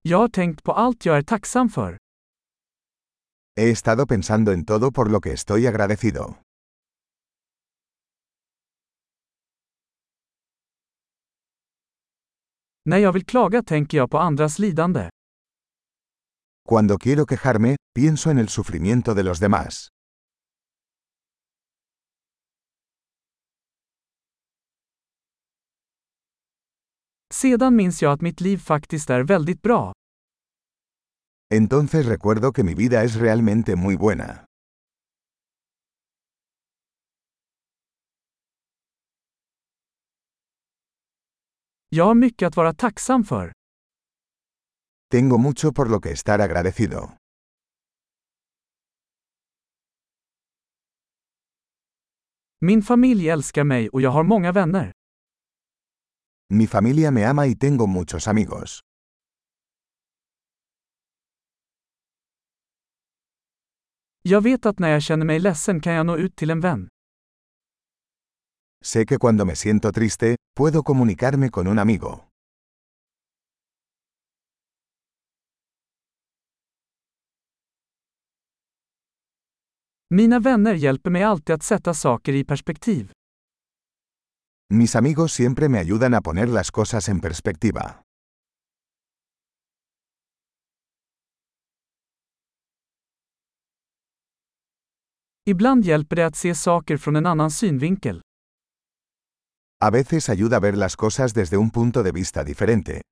Jag har tänkt på allt jag är tacksam för. He estado pensando en todo por lo que estoy agradecido. När jag vill klaga tänker jag på andras lidande. Cuando quiero quejarme, pienso en el sufrimiento de los demás. Sedan minns jag att mitt liv faktiskt är väldigt bra. Entonces recuerdo que mi vida es realmente muy buena. Jag har mycket att vara tacksam för. Tengo mucho por lo que estar agradecido. Min familj älskar mig och jag har många vänner. Mi familia me ama y tengo muchos amigos. Jag vet att när jag känner mig ledsen kan jag nå ut till en vän. Sé que cuando me siento triste, puedo comunicarme con un amigo. Mina vänner hjälper mig alltid att sätta saker i perspektiv. Mis amigos siempre me ayudan a poner las cosas en perspectiva. Ibland hjälper det att se saker från en annan synvinkel. A veces ayuda a ver las cosas desde un punto de vista diferente.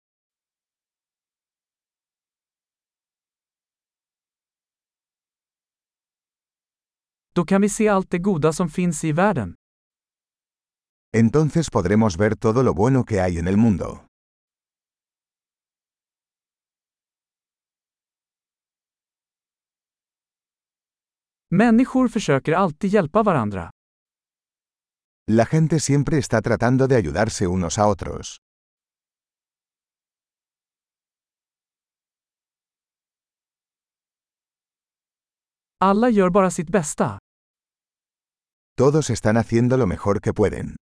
Då kan vi se allt det goda som finns i världen. Entonces podremos ver todo lo bueno que hay en el mundo. Människor försöker alltid hjälpa varandra. La gente siempre está tratando de ayudarse unos a otros. Alla gör bara sitt bästa. Todos están haciendo lo mejor que pueden.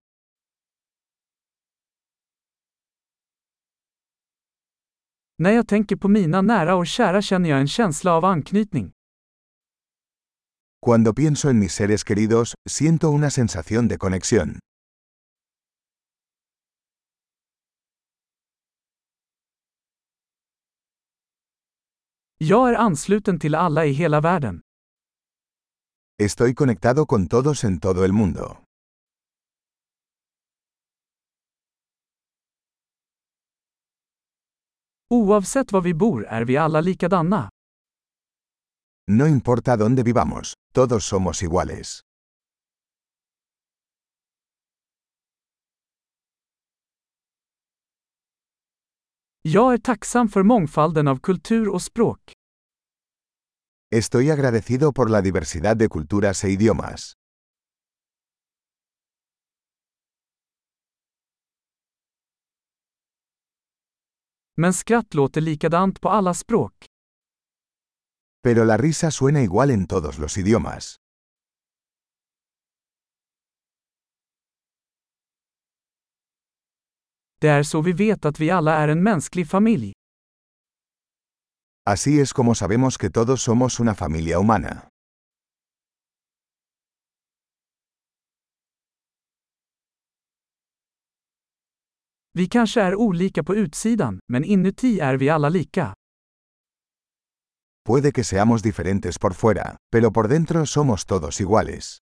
När jag tänker på mina nära och kära känner jag en känsla av anknytning. Cuando pienso en mis seres queridos, siento una sensación de conexión. Jag är ansluten till alla i hela världen. Estoy conectado con todos en todo el mundo. Oavsett var vi bor är vi alla likadana. No importa dónde vivamos, todos somos iguales. Jag är tacksam för mångfalden av kultur och språk. Estoy agradecido por la diversidad de culturas e idiomas. Men skratt låter likadant på alla språk. Pero la risa suena igual en todos los idiomas. Det är så vi vet att vi alla är en mänsklig familj. Así es como sabemos que todos somos una familia humana. Vi kanske är olika på utsidan, men inuti är vi alla lika. Puede que seamos diferentes por fuera, pero por dentro somos todos iguales.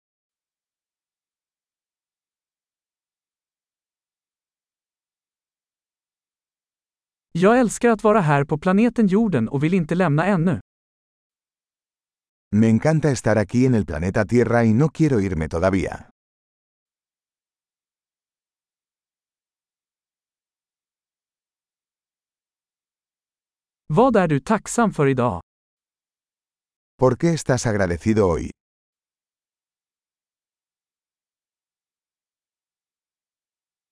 Jag älskar att vara här på planeten jorden och vill inte lämna ännu. Me encanta estar aquí en el planeta Tierra y no quiero irme todavía. Vad är du tacksam för idag? ¿Por qué estás agradecido hoy?